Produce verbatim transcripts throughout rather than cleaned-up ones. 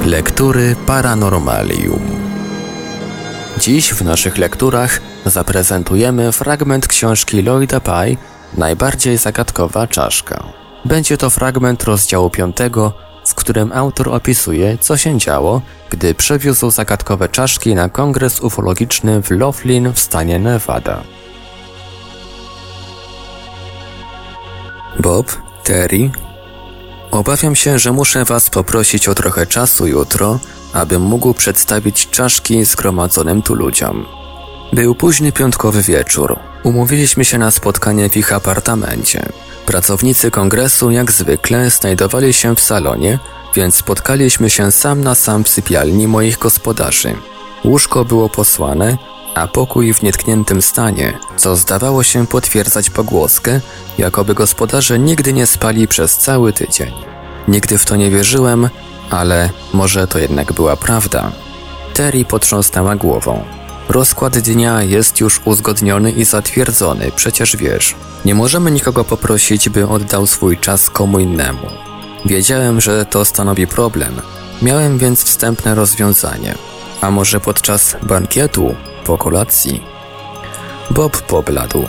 Lektury Paranormalium. Dziś w naszych lekturach zaprezentujemy fragment książki Lloyda Pye Najbardziej zagadkowa czaszka. Będzie to fragment rozdziału piątego, w którym autor opisuje, co się działo, gdy przewiózł zagadkowe czaszki na kongres ufologiczny w Laughlin w stanie Nevada. Bob, Terry, obawiam się, że muszę was poprosić o trochę czasu jutro, abym mógł przedstawić czaszki zgromadzonym tu ludziom. Był późny piątkowy wieczór. Umówiliśmy się na spotkanie w ich apartamencie. Pracownicy kongresu jak zwykle znajdowali się w salonie, więc spotkaliśmy się sam na sam w sypialni moich gospodarzy. Łóżko było posłane, a pokój w nietkniętym stanie, co zdawało się potwierdzać pogłoskę, jakoby gospodarze nigdy nie spali przez cały tydzień. Nigdy w to nie wierzyłem, ale może to jednak była prawda. Terry potrząsnęła głową. Rozkład dnia jest już uzgodniony i zatwierdzony, przecież wiesz. Nie możemy nikogo poprosić, by oddał swój czas komu innemu. Wiedziałem, że to stanowi problem. Miałem więc wstępne rozwiązanie. A może podczas bankietu, po kolacji? Bob pobladł.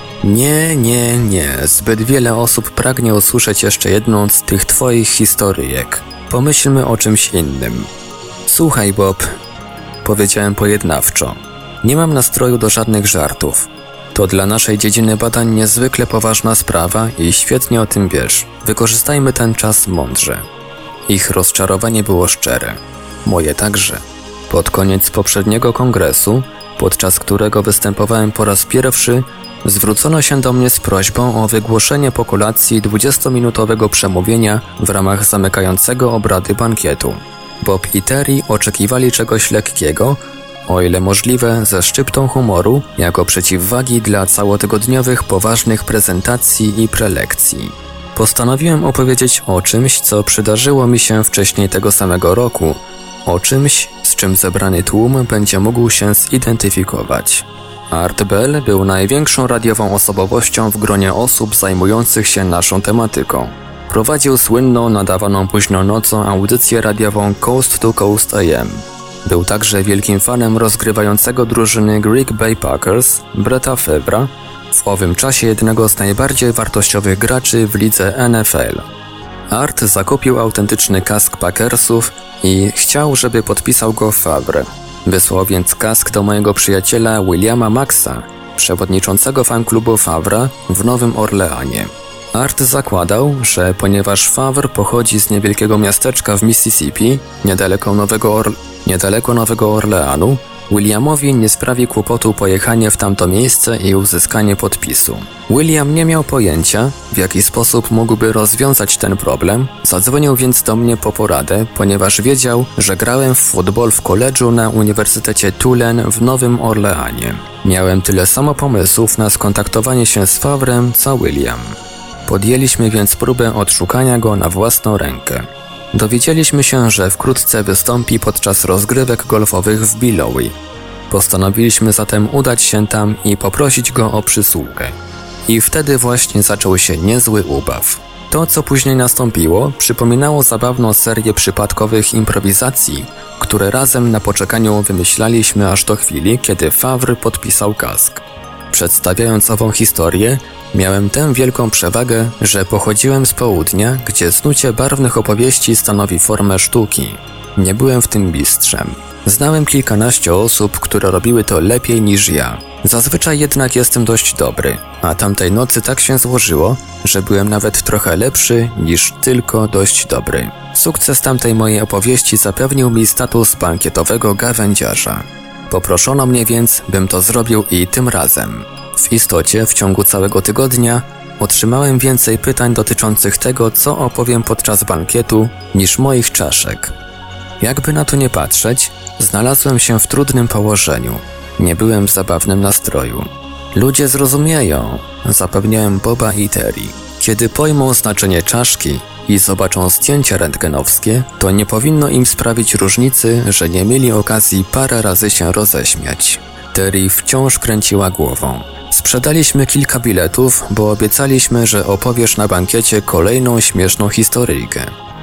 Nie, nie, nie. Zbyt wiele osób pragnie usłyszeć jeszcze jedną z tych twoich historyjek. Pomyślmy o czymś innym. Słuchaj, Bob, powiedziałem pojednawczo. Nie mam nastroju do żadnych żartów. To dla naszej dziedziny badań niezwykle poważna sprawa i świetnie o tym wiesz. Wykorzystajmy ten czas mądrze. Ich rozczarowanie było szczere. Moje także. Pod koniec poprzedniego kongresu, podczas którego występowałem po raz pierwszy, zwrócono się do mnie z prośbą o wygłoszenie po kolacji dwudziestominutowego przemówienia w ramach zamykającego obrady bankietu. Bob i Terry oczekiwali czegoś lekkiego, o ile możliwe ze szczyptą humoru, jako przeciwwagi dla całotygodniowych poważnych prezentacji i prelekcji. Postanowiłem opowiedzieć o czymś, co przydarzyło mi się wcześniej tego samego roku, o czymś, z czym zebrany tłum będzie mógł się zidentyfikować. Art Bell był największą radiową osobowością w gronie osób zajmujących się naszą tematyką. Prowadził słynną, nadawaną późną nocą audycję radiową Coast to Coast A M. Był także wielkim fanem rozgrywającego drużyny Greek Bay Packers, Bretta Favre'a, w owym czasie jednego z najbardziej wartościowych graczy w lidze N F L. Art zakupił autentyczny kask Packersów i chciał, żeby podpisał go Favre. Wysłał więc kask do mojego przyjaciela Williama Maxa, przewodniczącego fanklubu Favre'a w Nowym Orleanie. Art zakładał, że ponieważ Favre pochodzi z niewielkiego miasteczka w Mississippi, niedaleko Nowego, Orle- niedaleko Nowego Orleanu, Williamowi nie sprawi kłopotu pojechanie w tamto miejsce i uzyskanie podpisu. William nie miał pojęcia, w jaki sposób mógłby rozwiązać ten problem, zadzwonił więc do mnie po poradę, ponieważ wiedział, że grałem w futbol w koledżu na Uniwersytecie Tulane w Nowym Orleanie. Miałem tyle samo pomysłów na skontaktowanie się z Favrem, co William. Podjęliśmy więc próbę odszukania go na własną rękę. Dowiedzieliśmy się, że wkrótce wystąpi podczas rozgrywek golfowych w Bilowi. Postanowiliśmy zatem udać się tam i poprosić go o przysługę. I wtedy właśnie zaczął się niezły ubaw. To, co później nastąpiło, przypominało zabawną serię przypadkowych improwizacji, które razem na poczekaniu wymyślaliśmy aż do chwili, kiedy Favre podpisał kask. Przedstawiając ową historię, miałem tę wielką przewagę, że pochodziłem z południa, gdzie snucie barwnych opowieści stanowi formę sztuki. Nie byłem w tym mistrzem. Znałem kilkanaście osób, które robiły to lepiej niż ja. Zazwyczaj jednak jestem dość dobry, a tamtej nocy tak się złożyło, że byłem nawet trochę lepszy niż tylko dość dobry. Sukces tamtej mojej opowieści zapewnił mi status bankietowego gawędziarza. Poproszono mnie więc, bym to zrobił i tym razem. W istocie w ciągu całego tygodnia otrzymałem więcej pytań dotyczących tego, co opowiem podczas bankietu, niż moich czaszek. Jakby na to nie patrzeć, znalazłem się w trudnym położeniu. Nie byłem w zabawnym nastroju. Ludzie zrozumieją, zapewniałem Boba i Terry. Kiedy pojmą znaczenie czaszki i zobaczą zdjęcia rentgenowskie, to nie powinno im sprawić różnicy, że nie mieli okazji parę razy się roześmiać. Terry wciąż kręciła głową. Sprzedaliśmy kilka biletów, bo obiecaliśmy, że opowiesz na bankiecie kolejną śmieszną historyjkę.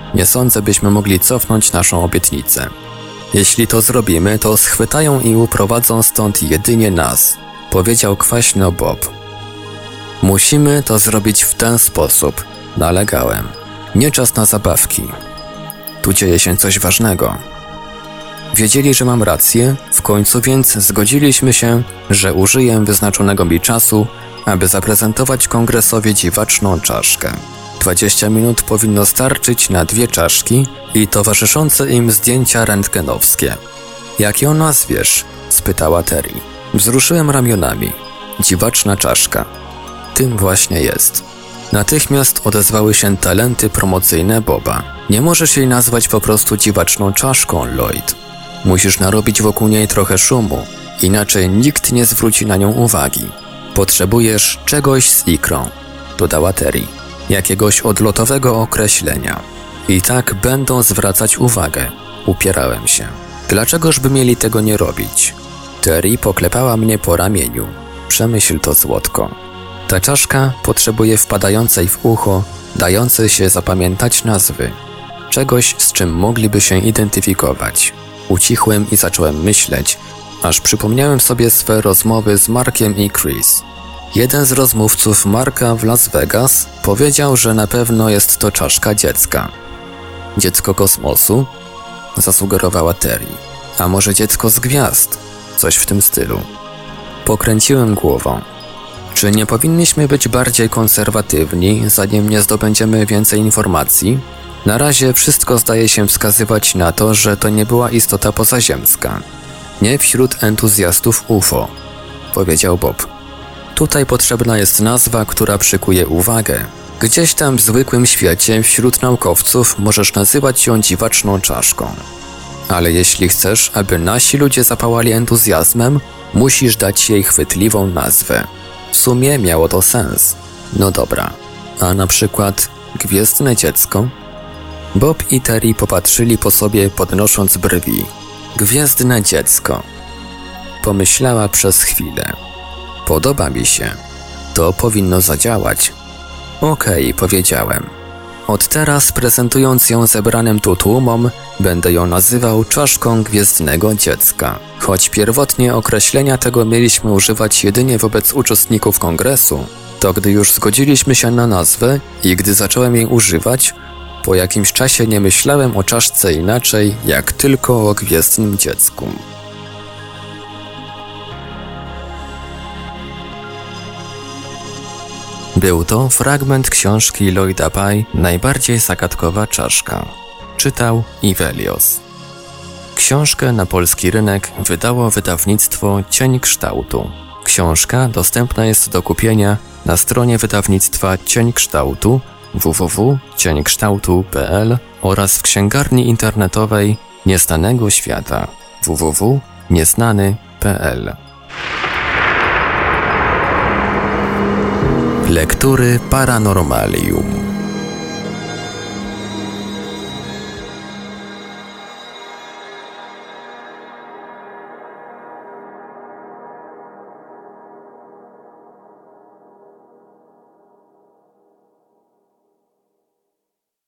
Nie sądzę, byśmy mogli cofnąć naszą obietnicę. Jeśli to zrobimy, to schwytają i uprowadzą stąd jedynie nas, powiedział kwaśno Bob. Musimy to zrobić w ten sposób, nalegałem. Nie czas na zabawki. Tu dzieje się coś ważnego. Wiedzieli, że mam rację, w końcu więc zgodziliśmy się, że użyję wyznaczonego mi czasu, aby zaprezentować kongresowi dziwaczną czaszkę. Dwadzieścia minut powinno starczyć na dwie czaszki i towarzyszące im zdjęcia rentgenowskie. Jak ją nazwiesz? Spytała Terry. Wzruszyłem ramionami. Dziwaczna czaszka. Tym właśnie jest. Natychmiast odezwały się talenty promocyjne Boba. Nie możesz jej nazwać po prostu dziwaczną czaszką, Lloyd. Musisz narobić wokół niej trochę szumu, inaczej nikt nie zwróci na nią uwagi. Potrzebujesz czegoś z ikrą, dodała Terry. Jakiegoś odlotowego określenia. I tak będą zwracać uwagę. Upierałem się. Dlaczegoż by mieli tego nie robić? Terry poklepała mnie po ramieniu. Przemyśl to, złotko. Ta czaszka potrzebuje wpadającej w ucho, dającej się zapamiętać nazwy. Czegoś, z czym mogliby się identyfikować. Ucichłem i zacząłem myśleć, aż przypomniałem sobie swe rozmowy z Markiem i Chris. Jeden z rozmówców Marka w Las Vegas powiedział, że na pewno jest to czaszka dziecka. Dziecko kosmosu? Zasugerowała Terry. A może dziecko z gwiazd? Coś w tym stylu. Pokręciłem głową. Czy nie powinniśmy być bardziej konserwatywni, zanim nie zdobędziemy więcej informacji? Na razie wszystko zdaje się wskazywać na to, że to nie była istota pozaziemska. Nie wśród entuzjastów U F O, powiedział Bob. Tutaj potrzebna jest nazwa, która przykuje uwagę. Gdzieś tam w zwykłym świecie, wśród naukowców, możesz nazywać ją dziwaczną czaszką. Ale jeśli chcesz, aby nasi ludzie zapałali entuzjazmem, musisz dać jej chwytliwą nazwę. W sumie miało to sens. No dobra, a na przykład Gwiezdne Dziecko? Bob i Terry popatrzyli po sobie, podnosząc brwi. Gwiezdne Dziecko. Pomyślała przez chwilę. Podoba mi się. To powinno zadziałać. Okej, okay, powiedziałem. Od teraz, prezentując ją zebranym tu tłumom, będę ją nazywał czaszką Gwiezdnego Dziecka. Choć pierwotnie określenia tego mieliśmy używać jedynie wobec uczestników kongresu, to gdy już zgodziliśmy się na nazwę i gdy zacząłem jej używać, po jakimś czasie nie myślałem o czaszce inaczej, jak tylko o Gwiezdnym Dziecku. Był to fragment książki Lloyda Pye Najbardziej zagadkowa czaszka. Czytał Ivelios. Książkę na polski rynek wydało wydawnictwo Cień Kształtu. Książka dostępna jest do kupienia na stronie wydawnictwa Cień Kształtu w w w kropka cień kształtu kropka p l oraz w księgarni internetowej Nieznanego Świata w w w kropka nieznany kropka p l. Lektury Paranormalium.